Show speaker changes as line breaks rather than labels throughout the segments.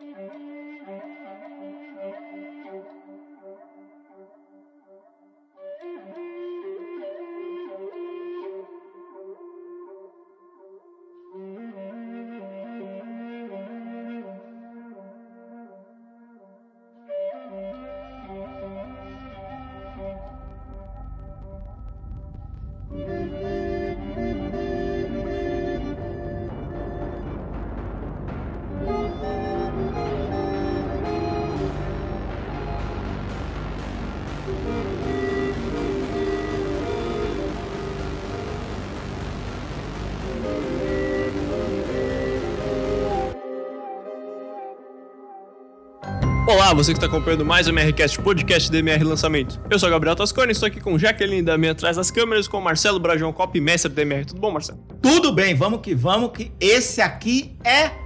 Olá, você que está acompanhando mais o MRCast, podcast do MR Lançamento. Eu sou o Gabriel Tascone, estou aqui com Jaqueline da minha atrás das câmeras, com o Marcelo Brajão, copy-mestre do MR. Tudo bom, Marcelo?
Tudo bem, vamos que esse aqui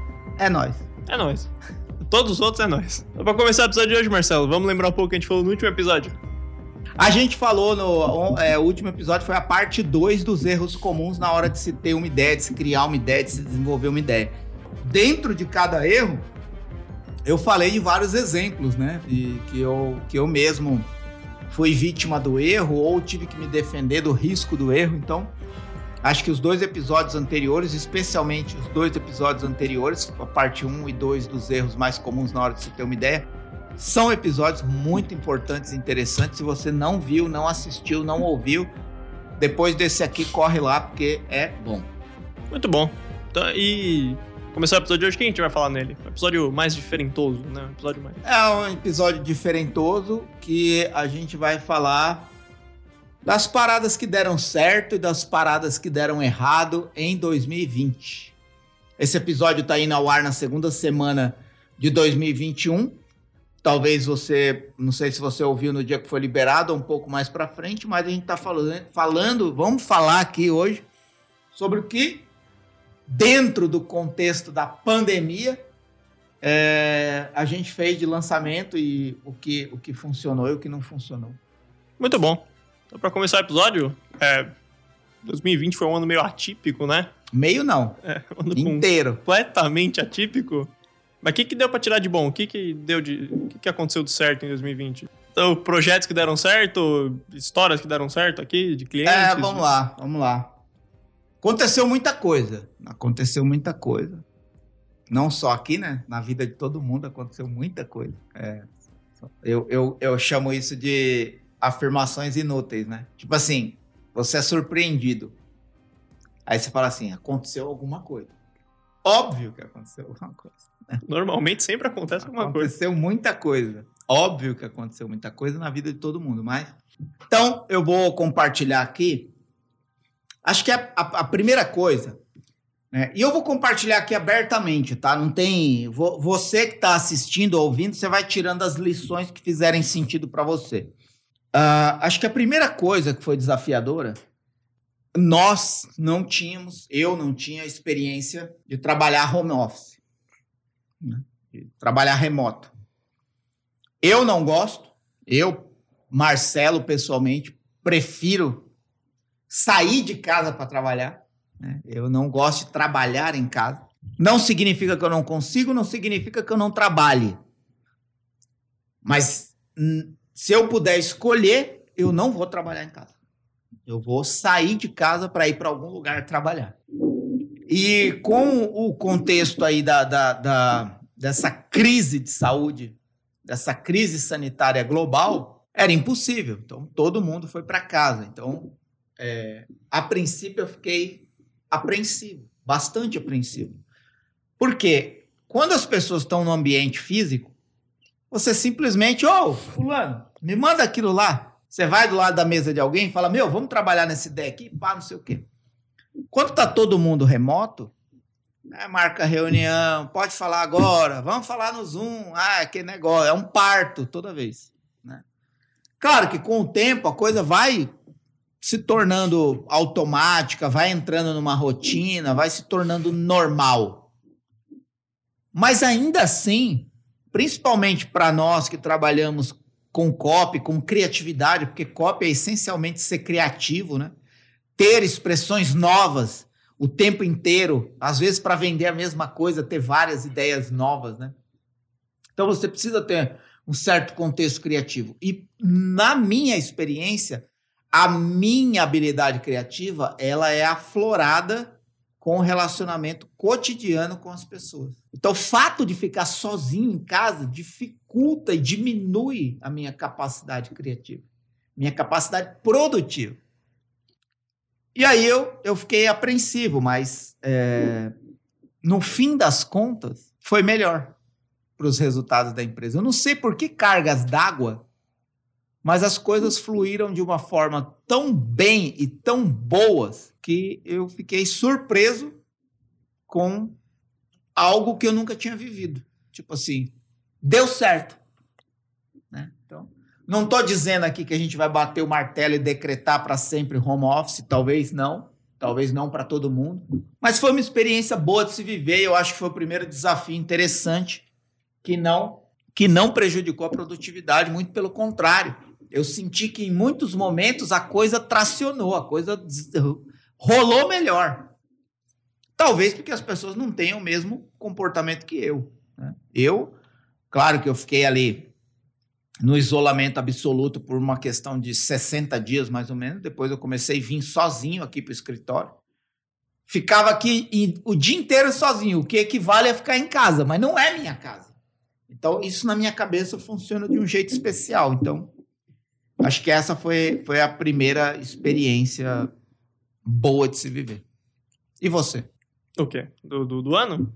é nóis.
É nóis. Todos os outros é nóis. Então, para começar o episódio de hoje, Marcelo, vamos lembrar um pouco o que a gente falou no último episódio?
A gente falou o último episódio foi a parte 2 dos erros comuns na hora de se ter uma ideia, de se criar uma ideia, de se desenvolver uma ideia. Dentro de cada erro, eu falei de vários exemplos, né? E que eu mesmo fui vítima do erro ou tive que me defender do risco do erro. Então, acho que os dois episódios anteriores, especialmente os dois episódios anteriores, a parte 1 e 2 dos erros mais comuns na hora de se ter uma ideia, são episódios muito importantes e interessantes. Se você não viu, não assistiu, não ouviu, depois desse aqui, corre lá, porque é bom.
Muito bom. Então, e começar o episódio de hoje, o que a gente vai falar nele? Um episódio mais diferentoso, né? Um episódio mais...
É um episódio diferentoso que a gente vai falar das paradas que deram certo e das paradas que deram errado em 2020. Esse episódio tá indo ao ar na segunda semana de 2021. Talvez você, não sei se você ouviu no dia que foi liberado ou um pouco mais pra frente, mas a gente tá falando, vamos falar aqui hoje sobre o que, dentro do contexto da pandemia, a gente fez de lançamento e o que funcionou e o que não funcionou.
Muito bom. Então, para começar o episódio, 2020 foi um ano meio atípico, né?
Meio não.
Um ano
inteiro.
Completamente atípico. Mas o que deu para tirar de bom? O que aconteceu de certo em 2020? Então, projetos que deram certo, histórias que deram certo aqui, de clientes?
Vamos lá. Aconteceu muita coisa. Não só aqui, né? Na vida de todo mundo aconteceu muita coisa. Eu chamo isso de afirmações inúteis, né? Tipo assim, você é surpreendido. Aí você fala assim, aconteceu alguma coisa. Óbvio que aconteceu alguma coisa. Né?
Normalmente sempre acontece alguma coisa.
Aconteceu muita coisa. Óbvio que aconteceu muita coisa na vida de todo mundo, mas... Então, eu vou compartilhar aqui. Acho que a primeira coisa, né? E eu vou compartilhar aqui abertamente, tá? Não tem... Você que está assistindo ou ouvindo, você vai tirando as lições que fizerem sentido para você. Acho que a primeira coisa que foi desafiadora, eu não tinha experiência de trabalhar home office, né? De trabalhar remoto. Eu não gosto, Marcelo, pessoalmente, prefiro sair de casa para trabalhar, né? Eu não gosto de trabalhar em casa. Não significa que eu não consigo, não significa que eu não trabalhe. Mas se eu puder escolher, eu não vou trabalhar em casa. Eu vou sair de casa para ir para algum lugar trabalhar. E com o contexto aí dessa crise de saúde, dessa crise sanitária global, era impossível. Então, todo mundo foi para casa. Então, a princípio, eu fiquei apreensivo, bastante apreensivo. Porque quando as pessoas estão no ambiente físico, você simplesmente, fulano, me manda aquilo lá. Você vai do lado da mesa de alguém e fala, vamos trabalhar nessa ideia aqui, não sei o quê. Quando tá todo mundo remoto, marca reunião, pode falar agora, vamos falar no Zoom, que negócio, é um parto toda vez, né? Claro que com o tempo a coisa vai se tornando automática, vai entrando numa rotina, vai se tornando normal. Mas ainda assim, principalmente para nós que trabalhamos com copy, com criatividade, porque copy é essencialmente ser criativo, né? Ter expressões novas o tempo inteiro, às vezes para vender a mesma coisa, ter várias ideias novas, né? Então, você precisa ter um certo contexto criativo. E, na minha experiência, a minha habilidade criativa, ela é aflorada com o relacionamento cotidiano com as pessoas. Então, o fato de ficar sozinho em casa dificulta e diminui a minha capacidade criativa, minha capacidade produtiva. E aí eu fiquei apreensivo, mas no fim das contas, foi melhor para os resultados da empresa. Eu não sei por que cargas d'água, mas as coisas fluíram de uma forma tão bem e tão boas que eu fiquei surpreso com algo que eu nunca tinha vivido. Tipo assim, deu certo. Né? Então, não estou dizendo aqui que a gente vai bater o martelo e decretar para sempre home office, talvez não para todo mundo, mas foi uma experiência boa de se viver. Eu acho que foi o primeiro desafio interessante que não prejudicou a produtividade, muito pelo contrário. Eu senti que em muitos momentos a coisa tracionou, a coisa rolou melhor. Talvez porque as pessoas não tenham o mesmo comportamento que eu. Né? Claro que eu fiquei ali no isolamento absoluto por uma questão de 60 dias, mais ou menos. Depois eu comecei a vir sozinho aqui para o escritório. Ficava aqui o dia inteiro sozinho, o que equivale a ficar em casa, mas não é minha casa. Então, isso na minha cabeça funciona de um jeito especial. Então, acho que essa foi a primeira experiência boa de se viver. E você?
O quê? Do ano?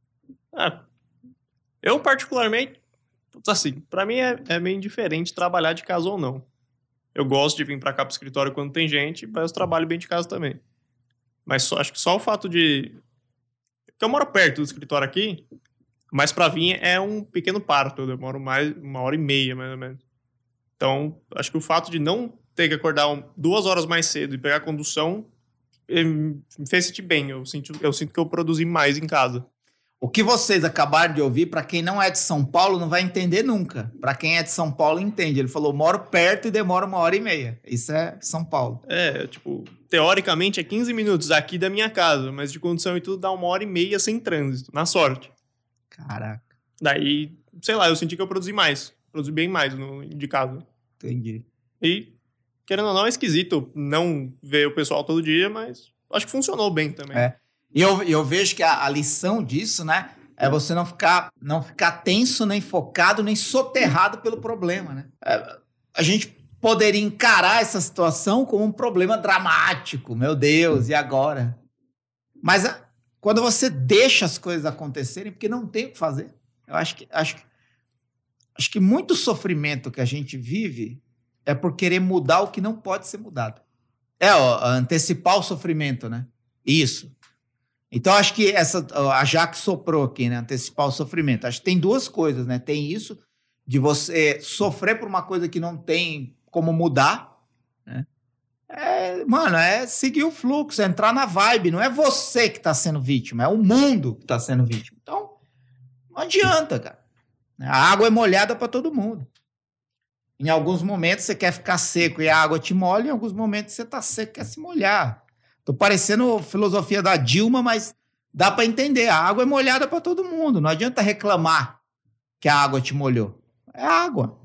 Eu, particularmente, assim, pra mim é meio indiferente trabalhar de casa ou não. Eu gosto de vir pra cá pro escritório quando tem gente, mas eu trabalho bem de casa também. Mas acho que só o fato de... Porque eu moro perto do escritório aqui, mas pra vir é um pequeno parto. Eu demoro mais 1h30, mais ou menos. Então, acho que o fato de não ter que acordar 2 horas mais cedo e pegar a condução me fez sentir bem. Eu sinto que eu produzi mais em casa.
O que vocês acabaram de ouvir, para quem não é de São Paulo, não vai entender nunca. Para quem é de São Paulo, entende. Ele falou, moro perto e demora 1h30. Isso é São Paulo.
Teoricamente é 15 minutos aqui da minha casa, mas de condução e tudo dá 1h30 sem trânsito, na sorte.
Caraca.
Daí, sei lá, eu senti que eu produzi mais. Produzi bem mais de casa.
Entendi.
E, querendo ou não, é esquisito não ver o pessoal todo dia, mas acho que funcionou bem também.
E eu vejo que a lição disso, né, é você não ficar tenso, nem focado, nem soterrado pelo problema, né? A gente poderia encarar essa situação como um problema dramático, meu Deus, e agora? Mas quando você deixa as coisas acontecerem, porque não tem o que fazer. Eu acho que muito sofrimento que a gente vive é por querer mudar o que não pode ser mudado. Antecipar o sofrimento, né? Isso. Então, acho que a Jaque soprou aqui, né? Antecipar o sofrimento. Acho que tem duas coisas, né? Tem isso de você sofrer por uma coisa que não tem como mudar, né? É seguir o fluxo, entrar na vibe. Não é você que está sendo vítima, é o mundo que está sendo vítima. Então, não adianta, cara. A água é molhada para todo mundo. Em alguns momentos você quer ficar seco e a água te molha, em alguns momentos você está seco e quer se molhar. Tô parecendo filosofia da Dilma, mas dá para entender. A água é molhada para todo mundo. Não adianta reclamar que a água te molhou. É água.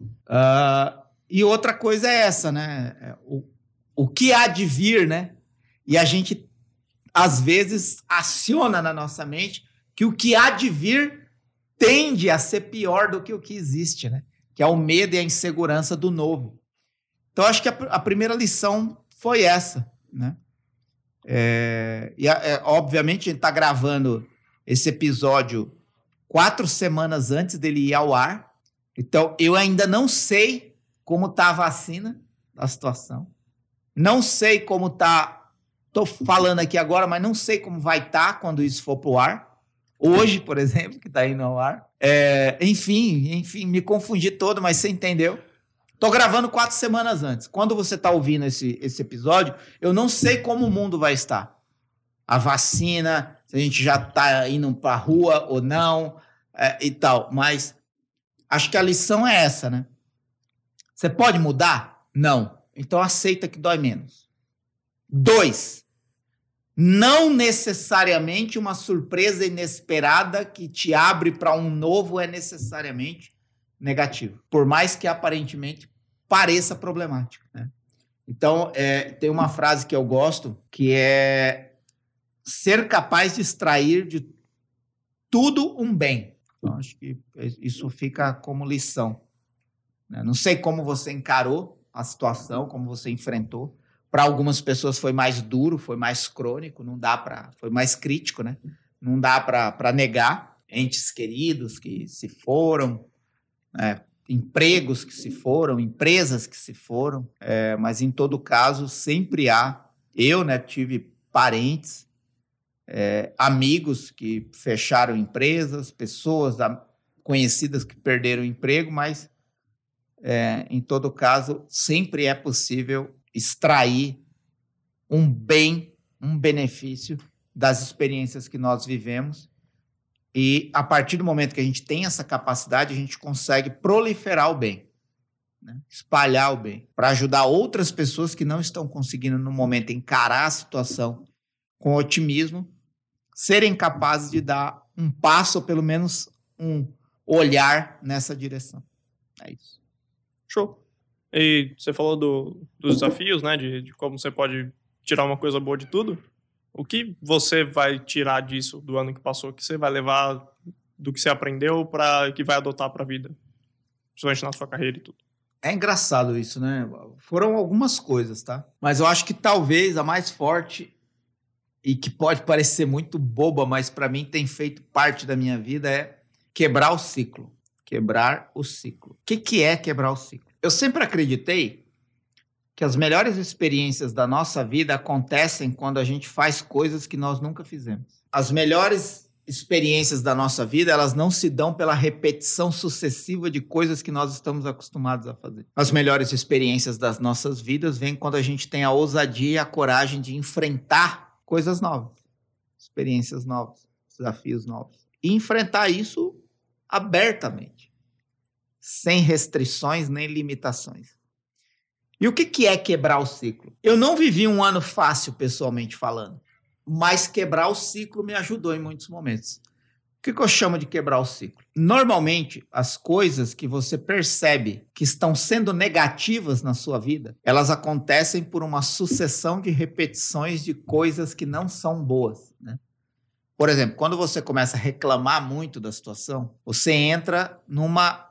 E outra coisa é essa, né? O que há de vir, né? E a gente, às vezes, aciona na nossa mente que o que há de vir tende a ser pior do que o que existe, né? Que é o medo e a insegurança do novo. Então, acho que a primeira lição foi essa, né? Obviamente, a gente está gravando esse episódio 4 semanas antes dele ir ao ar. Então, eu ainda não sei como está a vacina da situação. Não sei como está... Estou falando aqui agora, mas não sei como vai estar quando isso for para o ar. Hoje, por exemplo, que está indo ao ar. Enfim, me confundi todo, mas você entendeu. Estou gravando 4 semanas antes. Quando você está ouvindo esse episódio, eu não sei como o mundo vai estar. A vacina, se a gente já está indo para a rua ou não, e tal. Mas acho que a lição é essa, né? Você pode mudar? Não. Então aceita que dói menos. 2, Não necessariamente uma surpresa inesperada que te abre para um novo é necessariamente negativo, por mais que aparentemente pareça problemático, né? Então, tem uma frase que eu gosto, que é ser capaz de extrair de tudo um bem. Então, acho que isso fica como lição, né? Não sei como você encarou a situação, como você enfrentou. Para algumas pessoas foi mais duro, foi mais crônico, foi mais crítico, né? Não dá para negar entes queridos que se foram, empregos que se foram, empresas que se foram, mas em todo caso sempre eu, né, tive parentes, amigos que fecharam empresas, pessoas conhecidas que perderam emprego, mas em todo caso sempre é possível extrair um bem, um benefício das experiências que nós vivemos. E, a partir do momento que a gente tem essa capacidade, a gente consegue proliferar o bem, né? Espalhar o bem, para ajudar outras pessoas que não estão conseguindo, no momento, encarar a situação com otimismo, serem capazes de dar um passo, ou pelo menos um olhar nessa direção. É isso.
Show. E você falou dos desafios, né? De como você pode tirar uma coisa boa de tudo. O que você vai tirar disso do ano que passou, que você vai levar do que você aprendeu para que vai adotar para a vida? Principalmente na sua carreira e tudo.
É engraçado isso, né? Foram algumas coisas, tá? Mas eu acho que talvez a mais forte e que pode parecer muito boba, mas para mim tem feito parte da minha vida é quebrar o ciclo. Quebrar o ciclo. O que é quebrar o ciclo? Eu sempre acreditei que as melhores experiências da nossa vida acontecem quando a gente faz coisas que nós nunca fizemos. As melhores experiências da nossa vida, elas não se dão pela repetição sucessiva de coisas que nós estamos acostumados a fazer. As melhores experiências das nossas vidas vêm quando a gente tem a ousadia e a coragem de enfrentar coisas novas, experiências novas, desafios novos. E enfrentar isso abertamente, sem restrições nem limitações. E o que é quebrar o ciclo? Eu não vivi um ano fácil, pessoalmente falando, mas quebrar o ciclo me ajudou em muitos momentos. O que eu chamo de quebrar o ciclo? Normalmente, as coisas que você percebe que estão sendo negativas na sua vida, elas acontecem por uma sucessão de repetições de coisas que não são boas, né? Por exemplo, quando você começa a reclamar muito da situação, você entra numa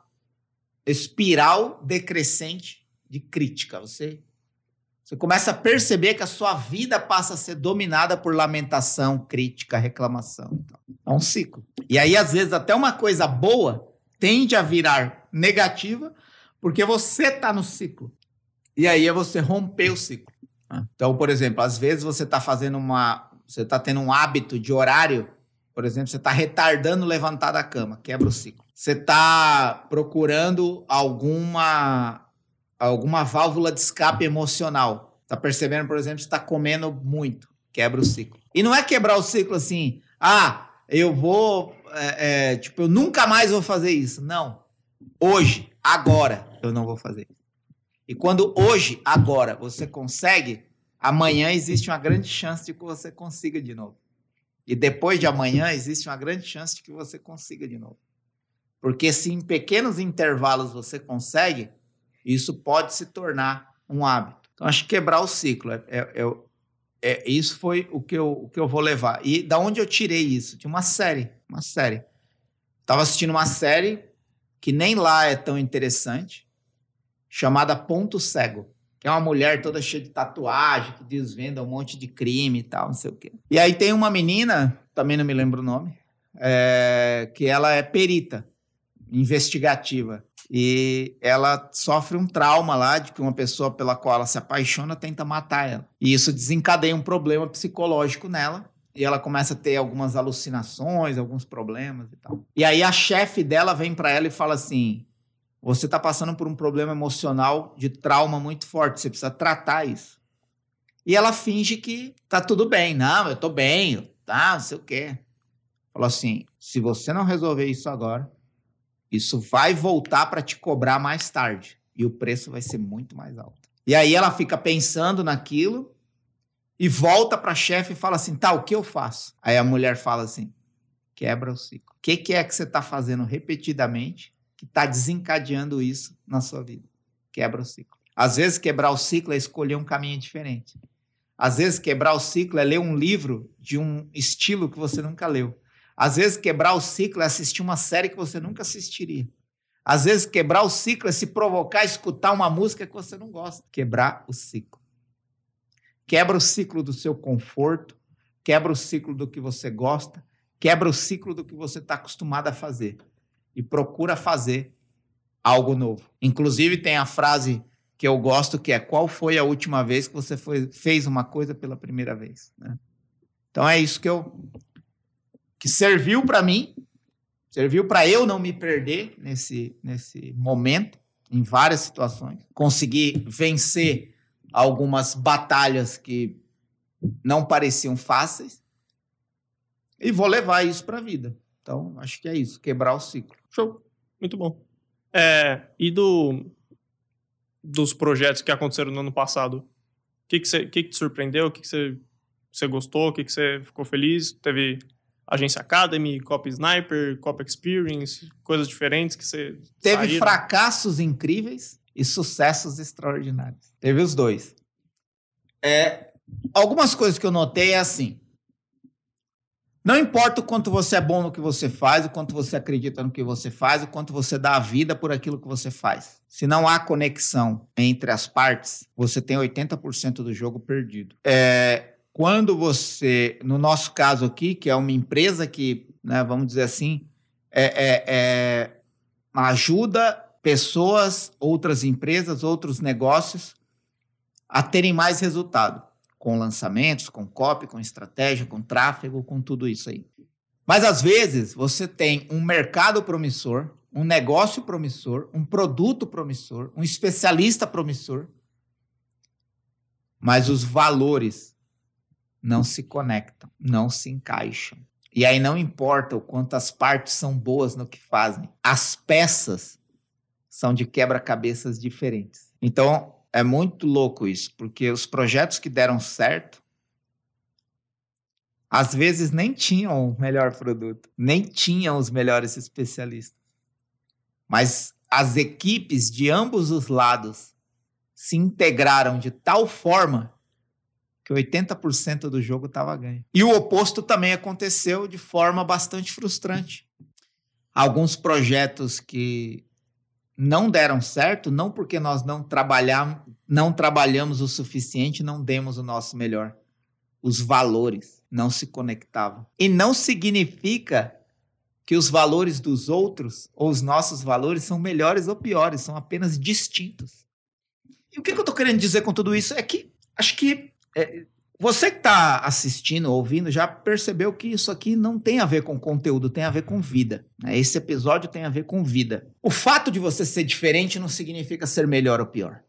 espiral decrescente de crítica. Você começa a perceber que a sua vida passa a ser dominada por lamentação, crítica, reclamação. É um ciclo. E aí, às vezes, até uma coisa boa tende a virar negativa porque você está no ciclo. E aí é você romper o ciclo. Então, por exemplo, às vezes você está você está tendo um hábito de horário, por exemplo, você está retardando levantar da cama, quebra o ciclo. Você está procurando alguma válvula de escape emocional. Está percebendo, por exemplo, que está comendo muito. Quebra o ciclo. E não é quebrar o ciclo assim, eu vou, eu nunca mais vou fazer isso. Não. Hoje, agora, eu não vou fazer isso. E quando hoje, agora, você consegue, amanhã existe uma grande chance de que você consiga de novo. E depois de amanhã, existe uma grande chance de que você consiga de novo. Porque se em pequenos intervalos você consegue, isso pode se tornar um hábito. Então, acho que quebrar o ciclo. Isso foi o que eu vou levar. E da onde eu tirei isso? De uma série. Estava assistindo uma série que nem lá é tão interessante, chamada Ponto Cego, que é uma mulher toda cheia de tatuagem, que desvenda um monte de crime e tal, não sei o quê. E aí tem uma menina, também não me lembro o nome, que ela é perita investigativa. E ela sofre um trauma lá de que uma pessoa pela qual ela se apaixona tenta matar ela. E isso desencadeia um problema psicológico nela. E ela começa a ter algumas alucinações, alguns problemas e tal. E aí a chefe dela vem para ela e fala assim: você está passando por um problema emocional de trauma muito forte, você precisa tratar isso. E ela finge que tá tudo bem. Não, eu tô bem, não sei o quê. Falou assim: se você não resolver isso agora, isso vai voltar para te cobrar mais tarde. E o preço vai ser muito mais alto. E aí ela fica pensando naquilo. e volta para a chefe e fala assim, tá, o que eu faço? Aí a mulher fala assim, quebra o ciclo. O que é que você está fazendo repetidamente que está desencadeando isso na sua vida? Quebra o ciclo. Às vezes, quebrar o ciclo é escolher um caminho diferente. Às vezes, quebrar o ciclo é ler um livro de um estilo que você nunca leu. Às vezes, quebrar o ciclo é assistir uma série que você nunca assistiria. Às vezes, quebrar o ciclo é se provocar a escutar uma música que você não gosta. Quebrar o ciclo. Quebra o ciclo do seu conforto, quebra o ciclo do que você gosta, quebra o ciclo do que você está acostumado a fazer e procura fazer algo novo. Inclusive, tem a frase que eu gosto, que é: qual foi a última vez que você fez uma coisa pela primeira vez? Né? Então, é isso que serviu para mim, serviu para eu não me perder nesse momento, em várias situações. Consegui vencer algumas batalhas que não pareciam fáceis e vou levar isso para a vida. Então, acho que é isso, quebrar o ciclo.
Show, muito bom. E dos projetos que aconteceram no ano passado, o que te surpreendeu? O que você gostou? O que você ficou feliz? Teve Agência Academy, Cop Sniper, Cop Experience, coisas diferentes que você
Teve
saíram?
Fracassos incríveis e sucessos extraordinários. Teve os dois. Algumas coisas que eu notei é assim: não importa o quanto você é bom no que você faz, o quanto você acredita no que você faz, o quanto você dá a vida por aquilo que você faz. Se não há conexão entre as partes, você tem 80% do jogo perdido. Quando você, no nosso caso aqui, que é uma empresa que, né, vamos dizer assim, ajuda pessoas, outras empresas, outros negócios a terem mais resultado, com lançamentos, com copy, com estratégia, com tráfego, com tudo isso aí. Mas, às vezes, você tem um mercado promissor, um negócio promissor, um produto promissor, um especialista promissor, mas os valores não se conectam, não se encaixam. E aí não importa o quanto as partes são boas no que fazem, as peças são de quebra-cabeças diferentes. Então, é muito louco isso, porque os projetos que deram certo, às vezes nem tinham o melhor produto, nem tinham os melhores especialistas. Mas as equipes de ambos os lados se integraram de tal forma que 80% do jogo estava ganho. E o oposto também aconteceu de forma bastante frustrante. Alguns projetos que não deram certo, não porque nós não trabalhamos o suficiente, não demos o nosso melhor. Os valores não se conectavam. E não significa que os valores dos outros ou os nossos valores são melhores ou piores, são apenas distintos. E o que eu estou querendo dizer com tudo isso é que acho que você que está assistindo, ouvindo, já percebeu que isso aqui não tem a ver com conteúdo, tem a ver com vida. Esse episódio tem a ver com vida. O fato de você ser diferente não significa ser melhor ou pior.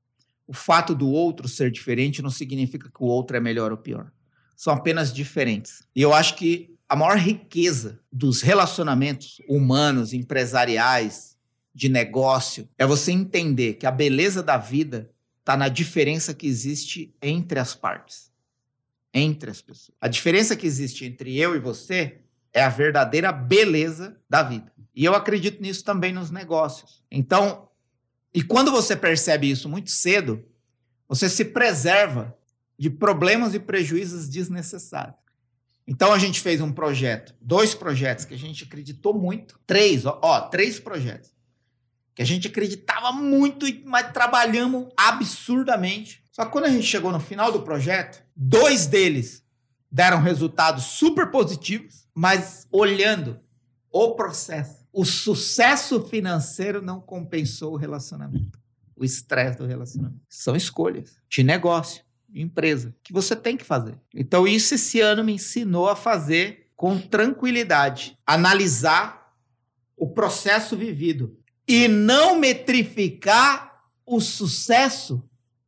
O fato do outro ser diferente não significa que o outro é melhor ou pior. São apenas diferentes. E eu acho que a maior riqueza dos relacionamentos humanos, empresariais, de negócio, é você entender que a beleza da vida está na diferença que existe entre as partes, entre as pessoas. A diferença que existe entre eu e você é a verdadeira beleza da vida. E eu acredito nisso também nos negócios. Então, e quando você percebe isso muito cedo, você se preserva de problemas e prejuízos desnecessários. Então, a gente fez um projeto, 2 projetos que a gente acreditou muito, 3 projetos, que a gente acreditava muito, mas trabalhamos absurdamente. Só que quando a gente chegou no final do projeto, 2 deles deram resultados super positivos, mas olhando o processo, o sucesso financeiro não compensou o relacionamento, o estresse do relacionamento. São escolhas de negócio, de empresa, que você tem que fazer. Então isso esse ano me ensinou a fazer com tranquilidade, analisar o processo vivido e não metrificar o sucesso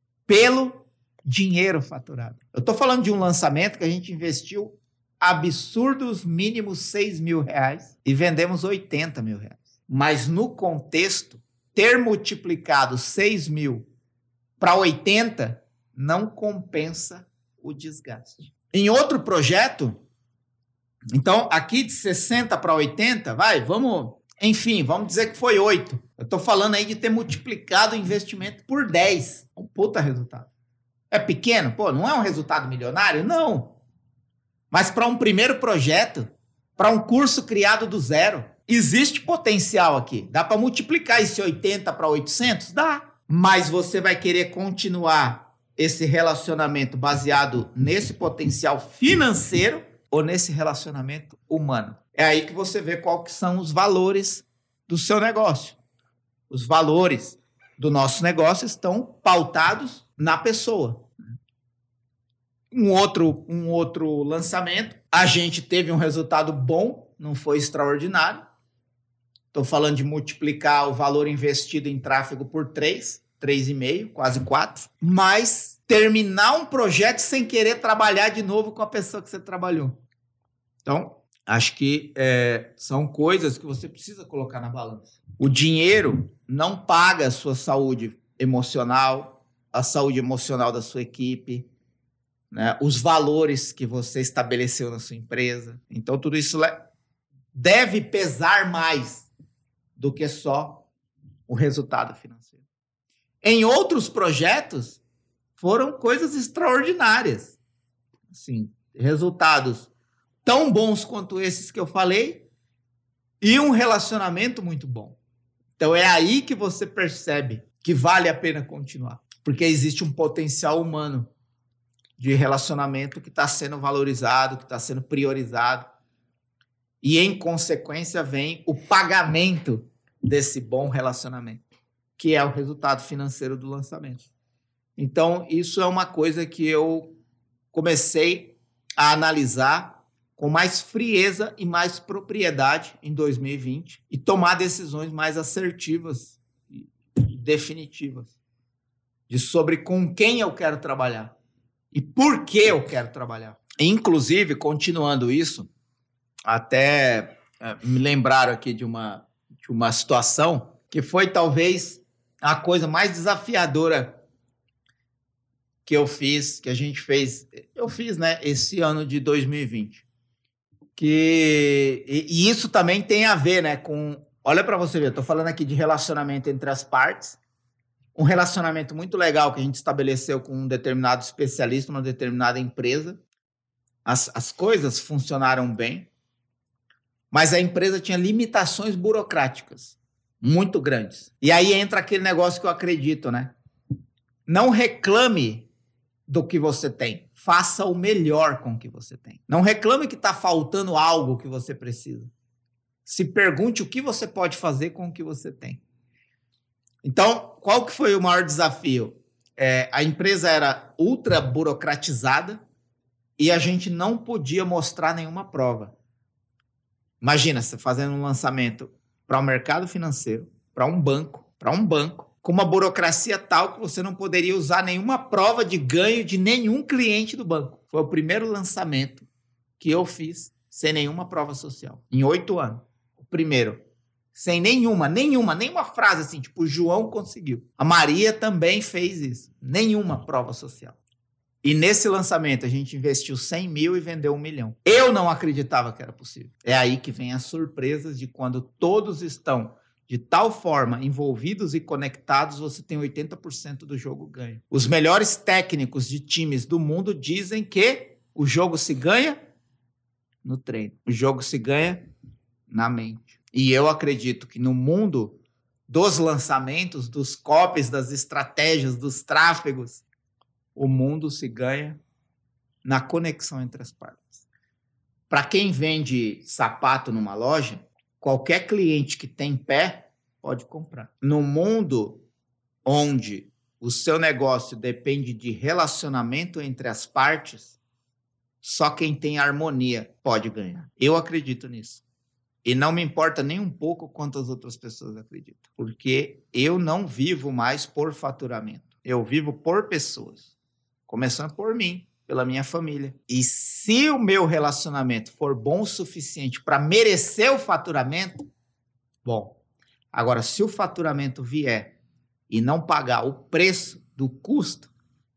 pelo dinheiro faturado. Eu estou falando de um lançamento que a gente investiu absurdos mínimos R$6.000 e vendemos R$80.000. Mas no contexto, ter multiplicado 6.000 para 80 não compensa o desgaste. Em outro projeto, então, aqui de 60 para 80, vamos dizer que foi 8. Eu estou falando aí de ter multiplicado o investimento por 10. Um puta resultado. É pequeno? Pô, não é um resultado milionário? Não. Mas para um primeiro projeto, para um curso criado do zero, existe potencial aqui. Dá para multiplicar esse 80 para 800? Dá. Mas você vai querer continuar esse relacionamento baseado nesse potencial financeiro ou nesse relacionamento humano? É aí que você vê qual que são os valores do seu negócio. Os valores do nosso negócio estão pautados na pessoa. Um outro lançamento, a gente teve um resultado bom, não foi extraordinário. Estou falando de multiplicar o valor investido em tráfego por 3,5, quase 4. Mas terminar um projeto sem querer trabalhar de novo com a pessoa que você trabalhou. Então, acho que são coisas que você precisa colocar na balança. O dinheiro não paga a sua saúde emocional, a saúde emocional da sua equipe, né? Os valores que você estabeleceu na sua empresa. Então, tudo isso deve pesar mais do que só o resultado financeiro. Em outros projetos, foram coisas extraordinárias. Assim, resultados tão bons quanto esses que eu falei e um relacionamento muito bom. Então, é aí que você percebe que vale a pena continuar. Porque existe um potencial humano de relacionamento que está sendo valorizado, que está sendo priorizado. E, em consequência, vem o pagamento desse bom relacionamento, que é o resultado financeiro do lançamento. Então, isso é uma coisa que eu comecei a analisar com mais frieza e mais propriedade em 2020 e tomar decisões mais assertivas e definitivas sobre com quem eu quero trabalhar e por que eu quero trabalhar. Inclusive, continuando isso, até me lembraram aqui de uma situação que foi talvez a coisa mais desafiadora que a gente fez, né, esse ano de 2020. E isso também tem a ver, né, com... Olha para você ver, eu estou falando aqui de relacionamento entre as partes, um relacionamento muito legal que a gente estabeleceu com um determinado especialista, uma determinada empresa. As coisas funcionaram bem, mas a empresa tinha limitações burocráticas muito grandes. E aí entra aquele negócio que eu acredito, né? Não reclame do que você tem. Faça o melhor com o que você tem. Não reclame que está faltando algo que você precisa. Se pergunte o que você pode fazer com o que você tem. Então, qual que foi o maior desafio? A empresa era ultra burocratizada e a gente não podia mostrar nenhuma prova. Imagina, você fazendo um lançamento para o mercado financeiro, para um banco, com uma burocracia tal que você não poderia usar nenhuma prova de ganho de nenhum cliente do banco. Foi o primeiro lançamento que eu fiz sem nenhuma prova social. Em 8 anos. O primeiro. Sem nenhuma frase assim, tipo, o João conseguiu. A Maria também fez isso. Nenhuma prova social. E nesse lançamento a gente investiu 100 mil e vendeu 1 milhão. Eu não acreditava que era possível. É aí que vem as surpresas de quando todos estão de tal forma envolvidos e conectados, você tem 80% do jogo ganho. Os melhores técnicos de times do mundo dizem que o jogo se ganha no treino. O jogo se ganha na mente. E eu acredito que no mundo dos lançamentos, dos copies, das estratégias, dos tráfegos, o mundo se ganha na conexão entre as partes. Para quem vende sapato numa loja, qualquer cliente que tem pé pode comprar. No mundo onde o seu negócio depende de relacionamento entre as partes, só quem tem harmonia pode ganhar. Eu acredito nisso. E não me importa nem um pouco quanto as outras pessoas acreditam. Porque eu não vivo mais por faturamento. Eu vivo por pessoas. Começando por mim, pela minha família. E se o meu relacionamento for bom o suficiente para merecer o faturamento, bom. Agora, se o faturamento vier e não pagar o preço do custo,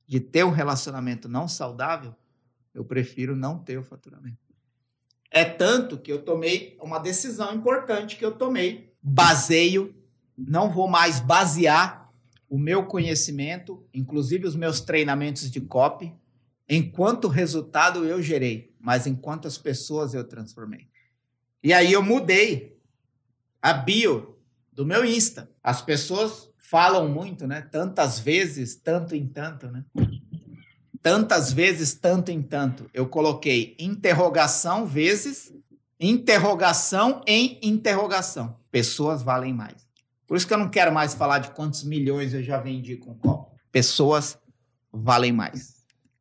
de ter um relacionamento não saudável, eu prefiro não ter o faturamento. É tanto que eu tomei uma decisão importante que eu tomei. Não vou mais basear o meu conhecimento, inclusive os meus treinamentos de copy, em quanto resultado eu gerei, mas em quantas pessoas eu transformei. E aí eu mudei a bio do meu Insta. As pessoas falam muito, né? Tantas vezes, tanto em tanto, né? Tantas vezes, tanto em tanto. Eu coloquei interrogação vezes interrogação em interrogação. Pessoas valem mais. Por isso que eu não quero mais falar de quantos milhões eu já vendi com copo. Pessoas valem mais.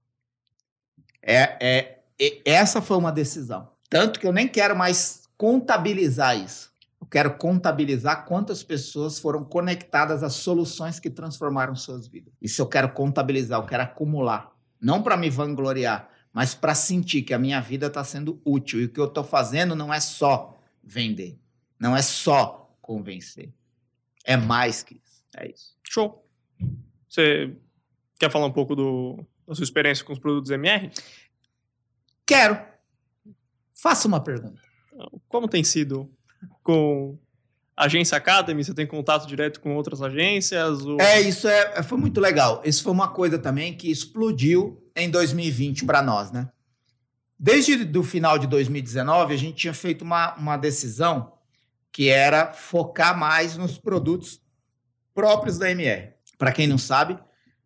Essa foi uma decisão. Tanto que eu nem quero mais contabilizar isso. Eu quero contabilizar quantas pessoas foram conectadas às soluções que transformaram suas vidas. Isso eu quero contabilizar, eu quero acumular. Não para me vangloriar, mas para sentir que a minha vida está sendo útil. E o que eu estou fazendo não é só vender, não é só convencer. É mais que isso. É isso.
Show. Você quer falar um pouco da sua experiência com os produtos MR?
Quero. Faça uma pergunta.
Como tem sido com a Agência Academy? Você tem contato direto com outras agências? Ou...
Isso foi muito legal. Isso foi uma coisa também que explodiu em 2020 para nós, né? Desde o final de 2019, a gente tinha feito uma decisão que era focar mais nos produtos próprios da MR. Para quem não sabe,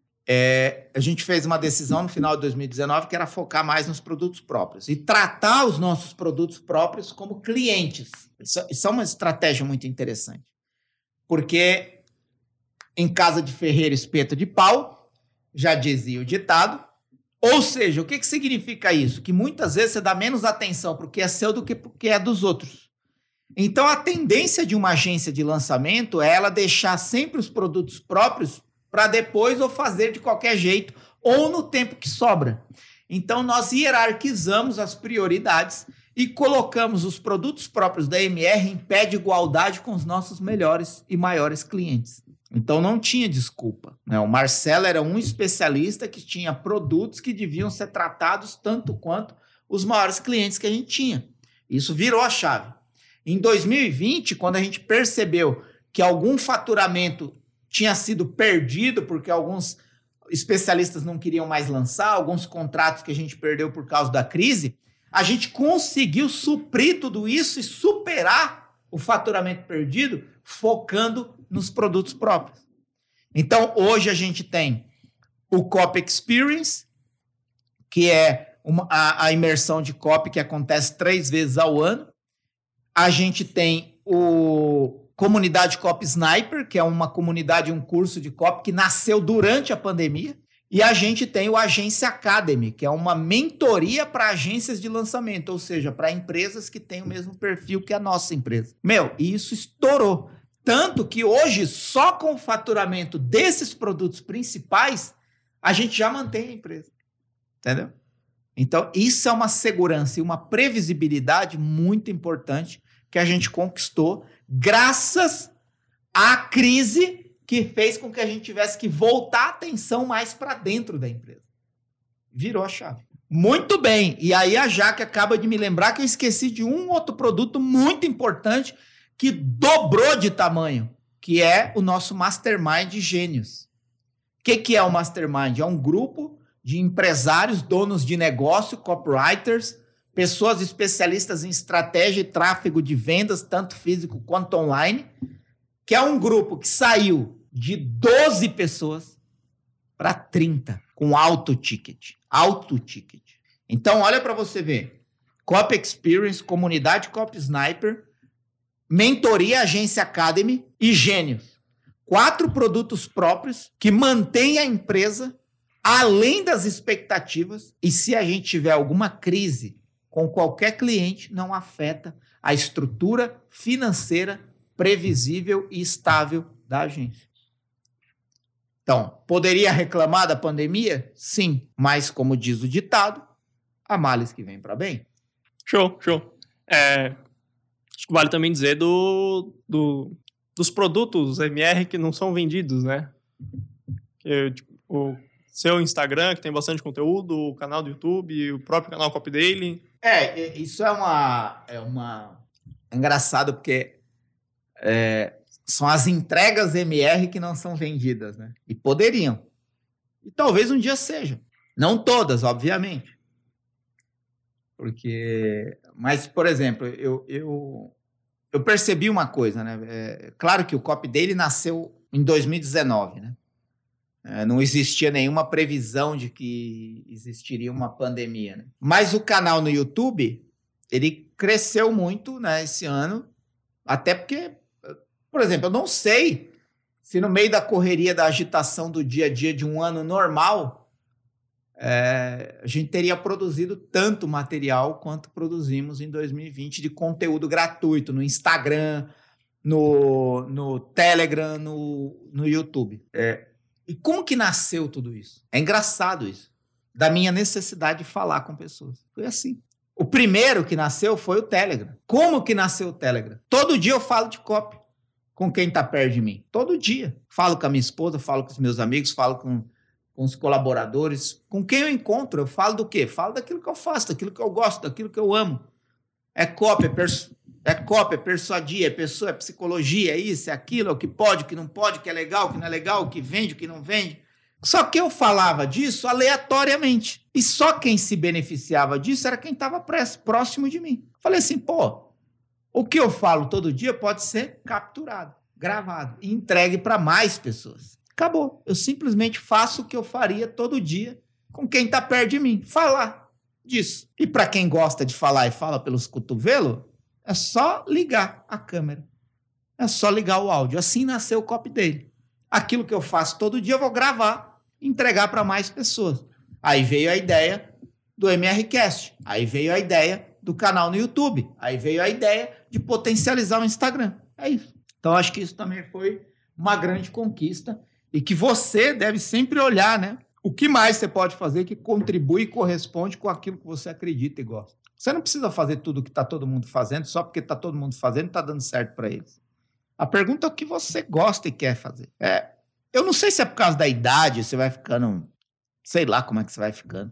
a gente fez uma decisão no final de 2019 que era focar mais nos produtos próprios e tratar os nossos produtos próprios como clientes. Isso é uma estratégia muito interessante, porque em casa de ferreiro, espeto de pau, já dizia o ditado. Ou seja, o que significa isso? Que muitas vezes você dá menos atenção para o que é seu do que para o que é dos outros. Então, a tendência de uma agência de lançamento é ela deixar sempre os produtos próprios para depois ou fazer de qualquer jeito ou no tempo que sobra. Então, nós hierarquizamos as prioridades e colocamos os produtos próprios da MR em pé de igualdade com os nossos melhores e maiores clientes. Então, não tinha desculpa, né? O Marcelo era um especialista que tinha produtos que deviam ser tratados tanto quanto os maiores clientes que a gente tinha. Isso virou a chave. Em 2020, quando a gente percebeu que algum faturamento tinha sido perdido porque alguns especialistas não queriam mais lançar, alguns contratos que a gente perdeu por causa da crise, a gente conseguiu suprir tudo isso e superar o faturamento perdido focando nos produtos próprios. Então, hoje a gente tem o Copy Experience, que é a imersão de copy que acontece 3 vezes ao ano. A gente tem o Comunidade Copy Sniper, que é uma comunidade, um curso de copy que nasceu durante a pandemia. E a gente tem o Agência Academy, que é uma mentoria para agências de lançamento, ou seja, para empresas que têm o mesmo perfil que a nossa empresa. E isso estourou. Tanto que hoje, só com o faturamento desses produtos principais, a gente já mantém a empresa. Entendeu? Então, isso é uma segurança e uma previsibilidade muito importante que a gente conquistou graças à crise que fez com que a gente tivesse que voltar a atenção mais para dentro da empresa. Virou a chave. Muito bem. E aí a Jaque acaba de me lembrar que eu esqueci de um outro produto muito importante que dobrou de tamanho, que é o nosso Mastermind Gênios. O que é o Mastermind? É um grupo de empresários, donos de negócio, copywriters, pessoas especialistas em estratégia e tráfego de vendas, tanto físico quanto online, que é um grupo que saiu de 12 pessoas para 30, com alto ticket. Alto ticket. Então, olha para você ver. Copy Experience, Comunidade Copy Sniper, Mentoria Agência Academy e Gênios. 4 produtos próprios que mantêm a empresa além das expectativas. E se a gente tiver alguma crise com qualquer cliente, não afeta a estrutura financeira previsível e estável da agência. Então, poderia reclamar da pandemia? Sim, mas como diz o ditado, há males que vêm para bem.
Show. Acho que vale também dizer dos produtos MR que não são vendidos, né? Seu Instagram, que tem bastante conteúdo, o canal do YouTube, o próprio canal Copy Daily.
Isso é engraçado, porque são as entregas MR que não são vendidas, né? E poderiam. E talvez um dia seja. Não todas, obviamente. Mas, por exemplo, eu percebi uma coisa, né? Claro que o Copy Daily nasceu em 2019, né? Não existia nenhuma previsão de que existiria uma pandemia, né? Mas o canal no YouTube, ele cresceu muito, né, esse ano, até porque, por exemplo, eu não sei se no meio da correria, da agitação do dia a dia de um ano normal, a gente teria produzido tanto material quanto produzimos em 2020 de conteúdo gratuito no Instagram, no Telegram, no YouTube. E como que nasceu tudo isso? É engraçado isso. Da minha necessidade de falar com pessoas. Foi assim. O primeiro que nasceu foi o Telegram. Como que nasceu o Telegram? Todo dia eu falo de copy com quem está perto de mim. Todo dia. Falo com a minha esposa, falo com os meus amigos, falo com os colaboradores. Com quem eu encontro, eu falo do quê? Falo daquilo que eu faço, daquilo que eu gosto, daquilo que eu amo. É copy, é persuadir, é pessoa, é psicologia, é isso, é aquilo, é o que pode, o que não pode, o que é legal, o que não é legal, o que vende, o que não vende. Só que eu falava disso aleatoriamente. E só quem se beneficiava disso era quem estava próximo de mim. Falei assim, o que eu falo todo dia pode ser capturado, gravado e entregue para mais pessoas. Acabou. Eu simplesmente faço o que eu faria todo dia com quem está perto de mim. Falar disso. E para quem gosta de falar e fala pelos cotovelos, é só ligar a câmera. É só ligar o áudio. Assim nasceu o Copy Daily. Aquilo que eu faço todo dia eu vou gravar e entregar para mais pessoas. Aí veio a ideia do MRCast. Aí veio a ideia do canal no YouTube. Aí veio a ideia de potencializar o Instagram. É isso. Então, acho que isso também foi uma grande conquista e que você deve sempre olhar, né? O que mais você pode fazer que contribui e corresponde com aquilo que você acredita e gosta. Você não precisa fazer tudo o que está todo mundo fazendo só porque está todo mundo fazendo e está dando certo para eles. A pergunta é o que você gosta e quer fazer. Eu não sei se é por causa da idade, você vai ficando... Sei lá como é que você vai ficando.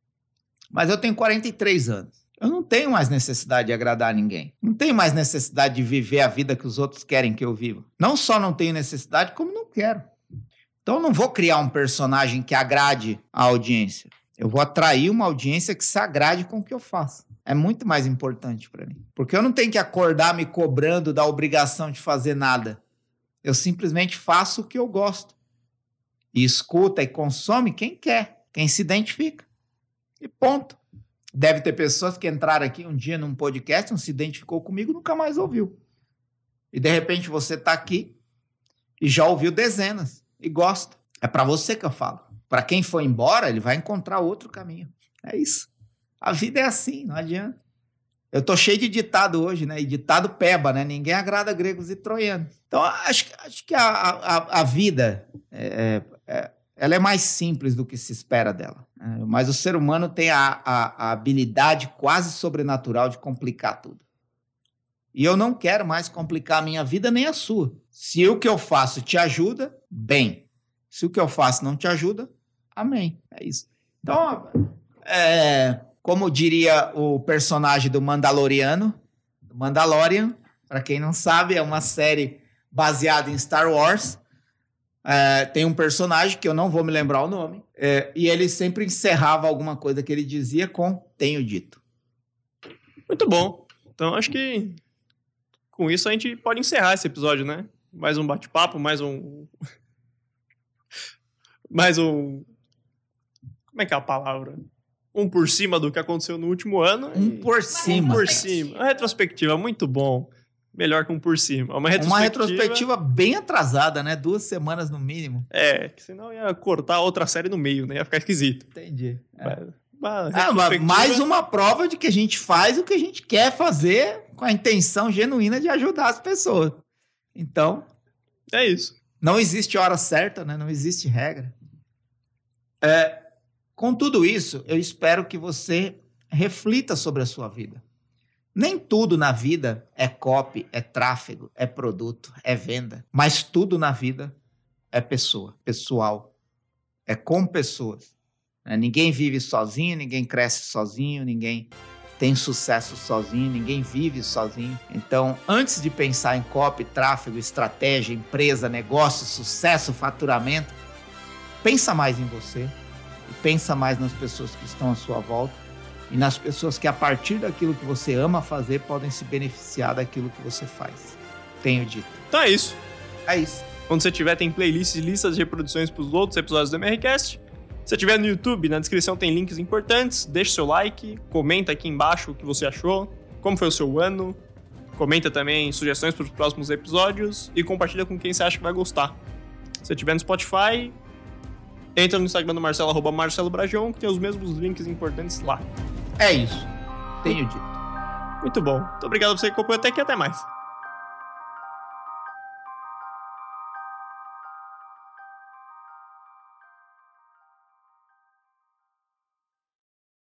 Mas eu tenho 43 anos. Eu não tenho mais necessidade de agradar ninguém. Não tenho mais necessidade de viver a vida que os outros querem que eu viva. Não só não tenho necessidade, como não quero. Então eu não vou criar um personagem que agrade a audiência. Eu vou atrair uma audiência que se agrade com o que eu faço. É muito mais importante para mim. Porque eu não tenho que acordar me cobrando da obrigação de fazer nada. Eu simplesmente faço o que eu gosto. E escuta e consome quem quer, quem se identifica. E ponto. Deve ter pessoas que entraram aqui um dia num podcast, não se identificou comigo, nunca mais ouviu. E de repente você está aqui e já ouviu dezenas e gosta. É para você que eu falo. Para quem for embora, ele vai encontrar outro caminho. É isso. A vida é assim, não adianta. Eu tô cheio de ditado hoje, né? E ditado peba, né? Ninguém agrada gregos e troianos. Então, acho que a vida ela é mais simples do que se espera dela. Mas o ser humano tem a habilidade quase sobrenatural de complicar tudo. E eu não quero mais complicar a minha vida nem a sua. Se o que eu faço te ajuda, bem. Se o que eu faço não te ajuda, amém. É isso. Então, como diria o personagem do Mandalorian, para quem não sabe, é uma série baseada em Star Wars. Tem um personagem que eu não vou me lembrar o nome, e ele sempre encerrava alguma coisa que ele dizia com "tenho dito".
Muito bom. Então, acho que com isso a gente pode encerrar esse episódio, né? Mais um bate-papo, mais um... Como é que é a palavra? Um por cima do que aconteceu no último ano.
Por cima.
Uma retrospectiva, muito bom. Melhor que um por cima. Uma
retrospectiva bem atrasada, né? 2 semanas no mínimo.
Que senão ia cortar outra série no meio, né? Ia ficar esquisito.
Entendi. Mais uma prova de que a gente faz o que a gente quer fazer com a intenção genuína de ajudar as pessoas. Então...
é isso.
Não existe hora certa, né? Não existe regra. Com tudo isso, eu espero que você reflita sobre a sua vida. Nem tudo na vida é copy, é tráfego, é produto, é venda. Mas tudo na vida é pessoa, pessoal. é com pessoas. Ninguém vive sozinho, ninguém cresce sozinho, ninguém tem sucesso sozinho, ninguém vive sozinho. Então, antes de pensar em copy, tráfego, estratégia, empresa, negócio, sucesso, faturamento, pensa mais em você e pensa mais nas pessoas que estão à sua volta e nas pessoas que, a partir daquilo que você ama fazer, podem se beneficiar daquilo que você faz. Tenho dito.
Então é isso.
É isso.
Quando você tiver, tem playlists e listas de reproduções para os outros episódios do MRCast. Se você estiver no YouTube, na descrição tem links importantes. Deixa seu like, comenta aqui embaixo o que você achou, como foi o seu ano. Comenta também sugestões para os próximos episódios e compartilha com quem você acha que vai gostar. Se você estiver no Spotify, entra no Instagram do Marcelo, @MarceloBragion, que tem os mesmos links importantes lá.
É isso. Tenho dito.
Muito bom. Muito obrigado por você que acompanhou até aqui. Até mais.